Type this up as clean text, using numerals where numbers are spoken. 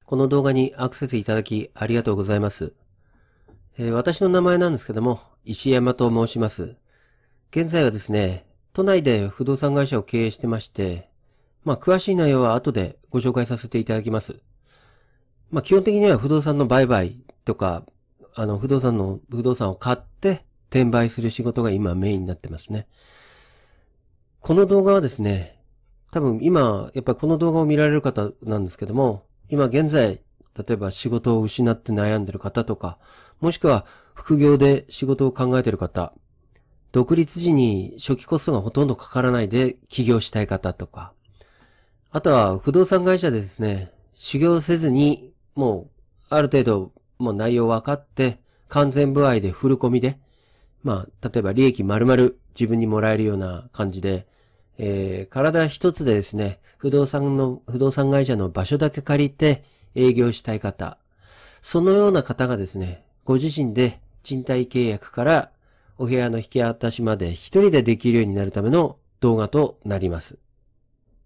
この動画にアクセスいただきありがとうございます。私の名前なんですけども、石山と申します。現在はですね、都内で不動産会社を経営してまして、詳しい内容は後でご紹介させていただきます。基本的には不動産の売買とか、不動産を買って転売する仕事が今メインになってますね。この動画はですね、多分今、やっぱりこの動画を見られる方なんですけども、今現在、例えば仕事を失って悩んでる方とか、もしくは副業で仕事を考えている方、独立時に初期コストがほとんどかからないで起業したい方とか、あとは不動産会社でですね、修行せずに、もうある程度もう内容分かって、完全歩合でフル込みで、例えば利益丸々自分にもらえるような感じで、体一つでですね、不動産会社の場所だけ借りて営業したい方、そのような方がですね、ご自身で賃貸契約からお部屋の引き渡しまで一人でできるようになるための動画となります。